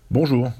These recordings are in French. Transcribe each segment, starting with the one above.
Bonjour.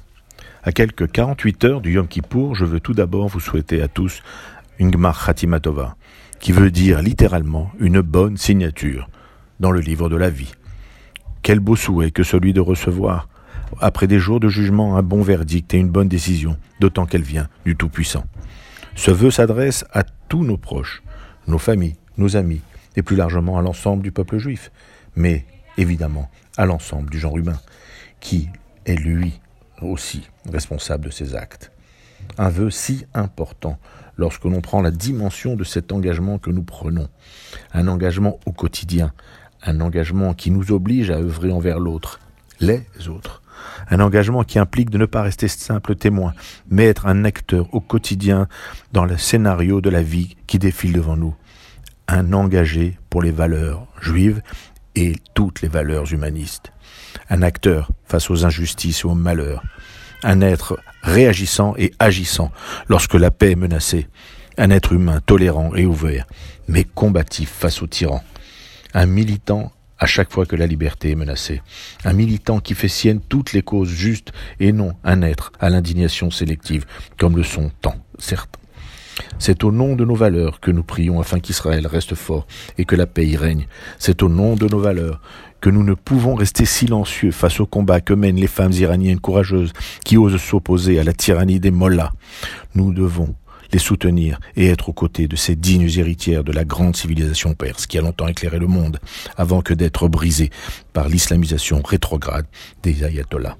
À quelques 48 heures du Yom Kippour, je veux tout d'abord vous souhaiter à tous une Gmar Chatima Tova, qui veut dire littéralement une bonne signature dans le livre de la vie. Quel beau souhait que celui de recevoir, après des jours de jugement, un bon verdict et une bonne décision, d'autant qu'elle vient du Tout-Puissant. Ce vœu s'adresse à tous nos proches, nos familles, nos amis, et plus largement à l'ensemble du peuple juif, mais évidemment à l'ensemble du genre humain, qui est lui aussi responsable de ses actes. Un vœu si important lorsque l'on prend la dimension de cet engagement que nous prenons, un engagement au quotidien, un engagement qui nous oblige à œuvrer envers l'autre, les autres, un engagement qui implique de ne pas rester simple témoin, mais être un acteur au quotidien dans le scénario de la vie qui défile devant nous, un engagé pour les valeurs juives et toutes les valeurs humanistes, un acteur face aux injustices et aux malheurs, un être réagissant et agissant lorsque la paix est menacée, un être humain tolérant et ouvert, mais combatif face aux tyrans, un militant à chaque fois que la liberté est menacée, un militant qui fait sienne toutes les causes justes et non un être à l'indignation sélective, comme le sont tant, certes. C'est au nom de nos valeurs que nous prions afin qu'Israël reste fort et que la paix y règne. C'est au nom de nos valeurs que nous ne pouvons rester silencieux face au combat que mènent les femmes iraniennes courageuses qui osent s'opposer à la tyrannie des mollahs. Nous devons les soutenir et être aux côtés de ces dignes héritières de la grande civilisation perse qui a longtemps éclairé le monde avant que d'être brisée par l'islamisation rétrograde des ayatollahs.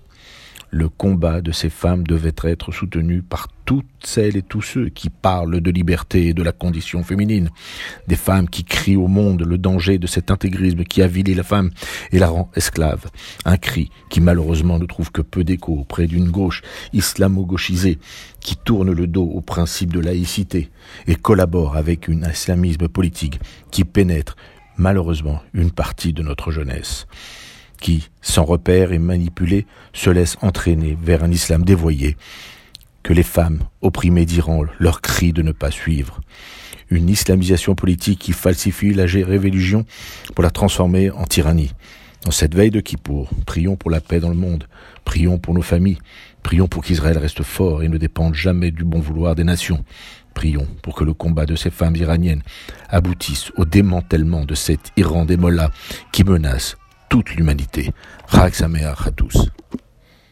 Le combat de ces femmes devait être soutenu par toutes celles et tous ceux qui parlent de liberté et de la condition féminine. Des femmes qui crient au monde le danger de cet intégrisme qui avilit la femme et la rend esclave. Un cri qui malheureusement ne trouve que peu d'écho auprès d'une gauche islamo-gauchisée qui tourne le dos au principe de laïcité et collabore avec un islamisme politique qui pénètre malheureusement une partie de notre jeunesse, qui, sans repère et manipulé, se laisse entraîner vers un islam dévoyé, que les femmes opprimées diront leur cri de ne pas suivre. Une islamisation politique qui falsifie la religion pour la transformer en tyrannie. En cette veille de Kippour, prions pour la paix dans le monde, prions pour nos familles, prions pour qu'Israël reste fort et ne dépende jamais du bon vouloir des nations. Prions pour que le combat de ces femmes iraniennes aboutisse au démantèlement de cet Iran des mollahs qui menace toute l'humanité. Chag Sameach à tous.